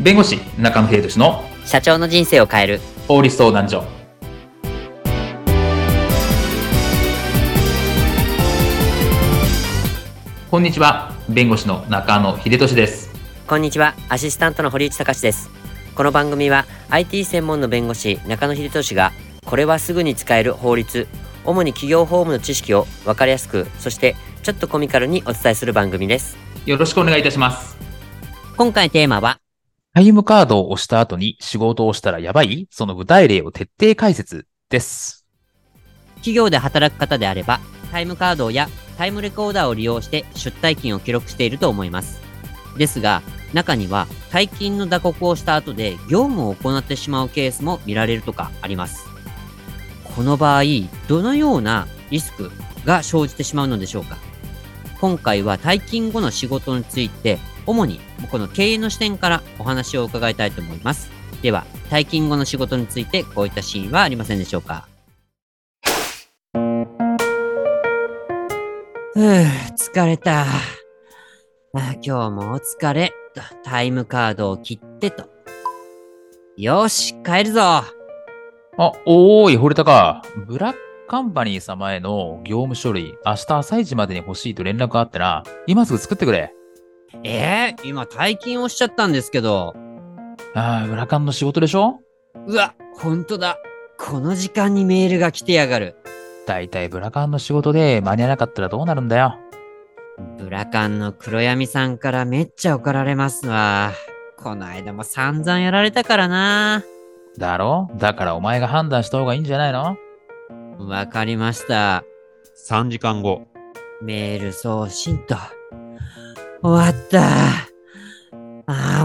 弁護士中野秀俊の社長の人生を変える法律相談所。こんにちは、弁護士の中野秀俊です。 こんにちは、アシスタントの堀内隆です。この番組は IT 専門の弁護士中野秀俊がこれはすぐに使える法律、主に企業法務の知識を分かりやすく、そしてちょっとコミカルにお伝えする番組です。 よろしくお願いいたします。 今回テーマはタイムカードを押した後に仕事をしたらやばい？その具体例を徹底解説です。 企業で働く方であればタイムカードやタイムレコーダーを利用して出退勤を記録していると思います。ですが中には退勤の打刻をした後で業務を行ってしまうケースも見られるとかあります。この場合どのようなリスクが生じてしまうのでしょうか。今回は退勤後の仕事について主にこの経営の視点からお話を伺いたいと思います。では退勤後の仕事についてこういったシーンはありませんでしょうか。疲れた。今日もお疲れ。タイムカードを切ってと。よし、帰るぞ。 おーい、堀高。ブラックカンパニー様への業務書類、明日朝一までに欲しいと連絡があってな。今すぐ作ってくれ。 今退勤をしちゃったんですけど。 ブラカンの仕事でしょ？ うわ、ほんとだ。この時間にメールが来てやがる。 だいたいブラカンの仕事で間に合わなかったらどうなるんだよ。 ブラカンの黒闇さんからめっちゃ怒られますわ。この間も散々やられたからな。 だろ？だからお前が判断した方がいいんじゃないの？ わかりました。 3時間後。 メール送信と。終わった。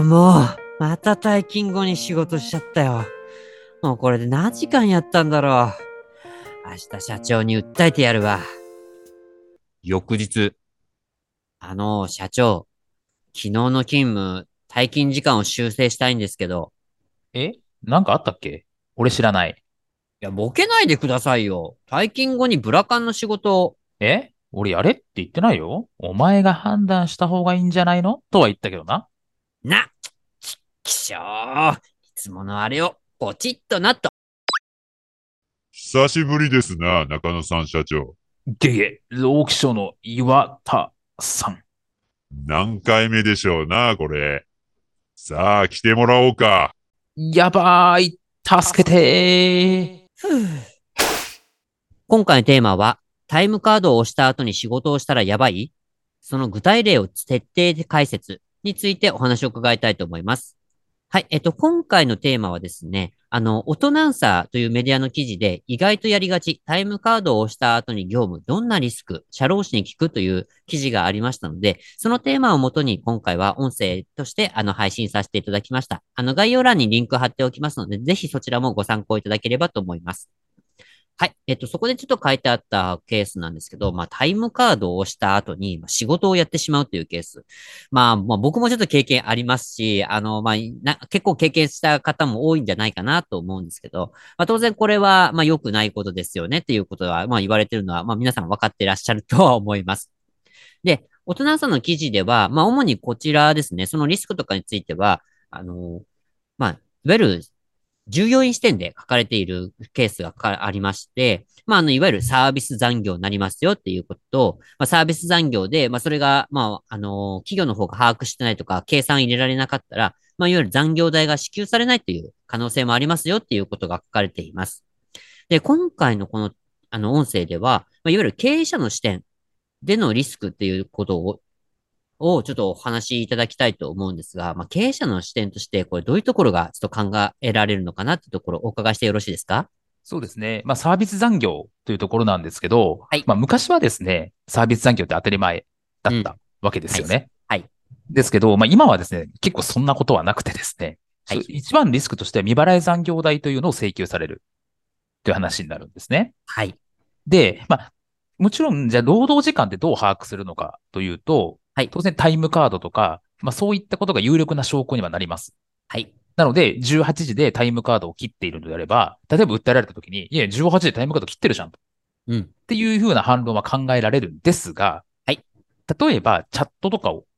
もう、また退勤後に仕事しちゃったよ。もうこれで何時間やったんだろう。明日社長に訴えてやるわ。 翌日。 社長、昨日の勤務、退勤時間を修正したいんですけど。 なんかあったっけ？俺知らない。 いや、ボケないでくださいよ。退勤後にブラカンの仕事を。 俺やれって言ってないよ。お前が判断した方がいいんじゃないのとは言ったけどな。 きしょー。いつものあれを、ポチッとなっと。 久しぶりですな、中野さん社長。 労基署の岩田さん。 何回目でしょうな、これ。さあ、来てもらおうか。 やばーい、助けてー。 今回のテーマは、タイムカードを押した後に仕事をしたらやばい？その具体例を徹底で解説についてお話を伺いたいと思います。はい、今回のテーマはですね、オトナンサーというメディアの記事で、意外とやりがち、タイムカードを押した後に業務、どんなリスク、社労士に聞くという記事がありましたので、そのテーマをもとに今回は音声として配信させていただきました。概要欄にリンク貼っておきますので、ぜひそちらもご参考いただければと思います。はい。そこでちょっと書いてあったケースなんですけど、タイムカードを押した後に、仕事をやってしまうというケース。僕もちょっと経験ありますし、結構経験した方も多いんじゃないかなと思うんですけど、当然これは、良くないことですよねっていうことは、言われてるのは、皆さん分かっていらっしゃるとは思います。で、大人さんの記事では、主にこちらですね、そのリスクとかについては、いわゆる従業員視点で書かれているケースがありまして、いわゆるサービス残業になりますよっていうことと、サービス残業で、それが、企業の方が把握してないとか、計算入れられなかったら、いわゆる残業代が支給されないという可能性もありますよっていうことが書かれています。で、今回のこの、音声では、いわゆる経営者の視点でのリスクっていうことをちょっとお話しいただきたいと思うんですが、経営者の視点として、これどういうところがちょっと考えられるのかなっていうところをお伺いしてよろしいですか？ そうですね。サービス残業というところなんですけど、 はい。 昔はですね、サービス残業って当たり前だったわけですよね。 はい。 ですけど、今はですね、結構そんなことはなくてですね、 はい。 一番リスクとしては未払い残業代というのを請求されるという話になるんですね。 はい。 で、もちろん、じゃあ労働時間ってどう把握するのかというと、 はい。 当然タイムカードとか、そういったことが有力な証拠にはなります。 はい。 なので、18時でタイムカードを切っているのであれば、例えば訴えられたときに、いや、18時でタイムカード切ってるじゃんと。っていうふうな反論は考えられるんですが、 はい。 例えばチャットとかを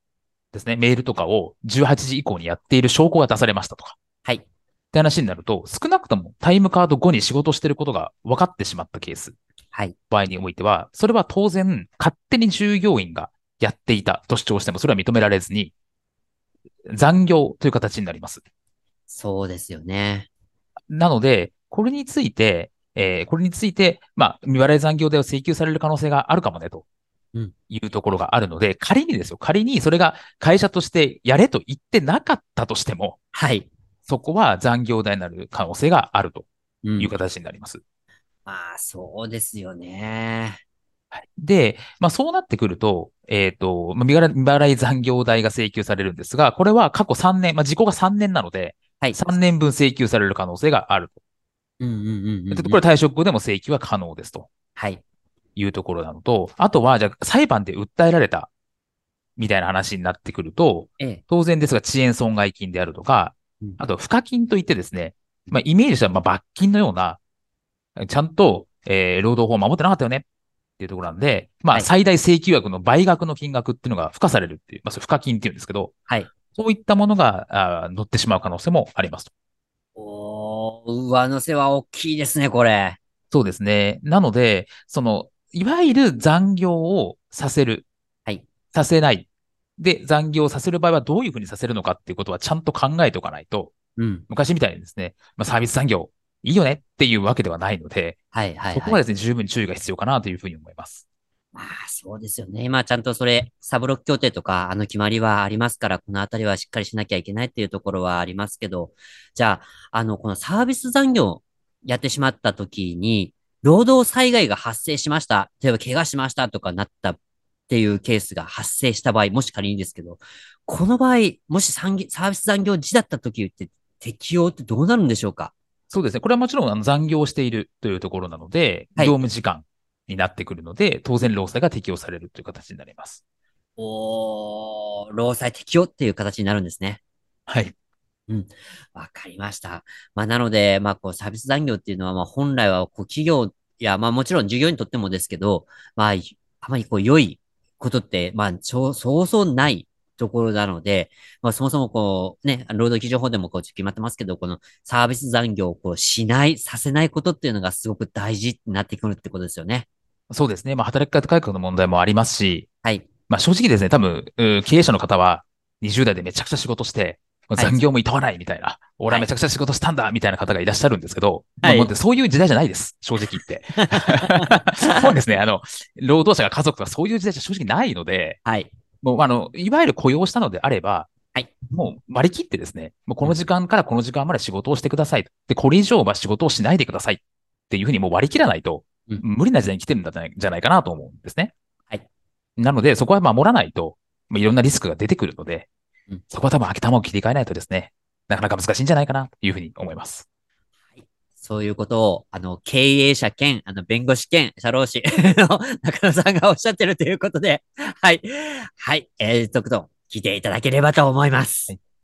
ですね、メールとかを18時以降にやっている証拠が出されましたとか。 はい。 って話になると、少なくともタイムカード後に仕事してることが分かってしまったケース。 はい。 場合においては、それは当然、勝手に従業員がやっていたと主張しても、それは認められずに、残業という形になります。 そうですよね。 なので、これについて、まあ、未払い残業代を請求される可能性があるかもね、とうん。 いうところがあるので、仮にですよ、仮にそれが会社としてやれと言ってなかったとしても、 はい。 そこは残業代になる可能性があるとう。 いうん形になります。 まあ、そうですよね。 で、まあそうなってくると、まあ未払い残業代が請求されるんですが、これは過去3年、まあ時効が3年なので、 はい。 3年分請求される可能性があると。 うんうんうんうんうん。 これ退職後でも請求は可能ですとはい。 いうところなのと、あとは、じゃあ裁判で訴えられたみたいな話になってくると、 ええ。 当然ですが遅延損害金であるとか、 うんあと賦課金といってですね、まあイメージしたらまあ罰金のような、ちゃんと、労働法を守ってなかったよねっていうところなんで、まはいあ最大請求額の倍額の金額っていうのが付加されるっていう、まあそれ賦課金っていうんですけど、 はい。 そういったものが乗ってしまう可能性もありますと。 おー、上乗せは大きいですね、これ。 そうですね。なので、いわゆる残業をさせる、 はい。 させない。で、残業をさせる場合はどういうふうにさせるのかっていうことはちゃんと考えておかないと、 うん。 昔みたいにですね、まあ、サービス残業いいよねっていうわけではないので、 はいはいはい。 そこはですね、十分注意が必要かなというふうに思います。 まあ、そうですよね。今ちゃんとそれ、サブロック協定とか、決まりはありますから、このあたりはしっかりしなきゃいけないっていうところはありますけど、じゃあ、このサービス残業やってしまった時に、労働災害が発生しました。例えば、怪我しましたとかなったっていうケースが発生した場合、もし仮にですけど、この場合、もしサービス残業時だった時って適用ってどうなるんでしょうか？ そうですね。これはもちろん残業をしているというところなので、 はい。 業務時間になってくるので、当然労災が適用されるという形になります。 労災適用っていう形になるんですね。 はい。 うん。わかりました。なので、サービス残業っていうのは、本来は、企業や、もちろん従業員にとってもですけど、あまり良いことって、そうそうないところなので、そもそも労働基準法でも決まってますけど、このサービス残業をしない、させないことっていうのがすごく大事になってくるってことですよね。 そうですね。まあ、働き方改革の問題もありますし、 はい。 まあ、正直ですね、多分、経営者の方は20代でめちゃくちゃ仕事して、 はい。 残業も厭わないみたいな、俺はい。 はめちゃくちゃ仕事したんだみたいな方がいらっしゃるんですけど、まあ、もうはい。 そういう時代じゃないです。正直言って。もうですね、労働者が家族とかそういう時代じゃ正直ないので、 はい。 もう、いわゆる雇用したのであれば、 はい。 もう割り切ってですね、もうこうん。 の時間からこの時間まで仕事をしてください。で、これ以上は仕事をしないでくださいっていうふうにもう割り切らないと、 うん。 無理な時代に来てるんじゃないかなと思うんですね。 はい。 なので、そこは守らないと、いろんなリスクが出てくるので、 うん。 そこは多分頭を切り替えないとですね、なかなか難しいんじゃないかなというふうに思います。 そういうことを、経営者兼、弁護士兼、社労士の中野さんがおっしゃってるということで、はい。はい。とくと、聞いていただければと思います。 はい。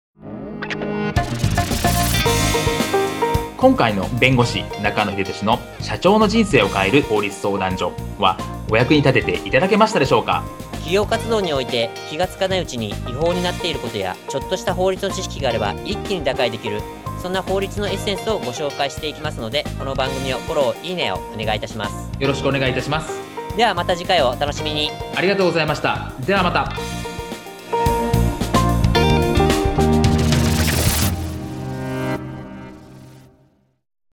今回の弁護士中野秀俊の社長の人生を変える法律相談所はお役に立てていただけましたでしょうか？ 企業活動において気がつかないうちに違法になっていることや、ちょっとした法律の知識があれば一気に打開できる、そんな法律のエッセンスをご紹介していきますので、この番組をフォロー、いいねをお願いいたします。 よろしくお願いいたします。 ではまた次回をお楽しみに。 ありがとうございました。ではまた。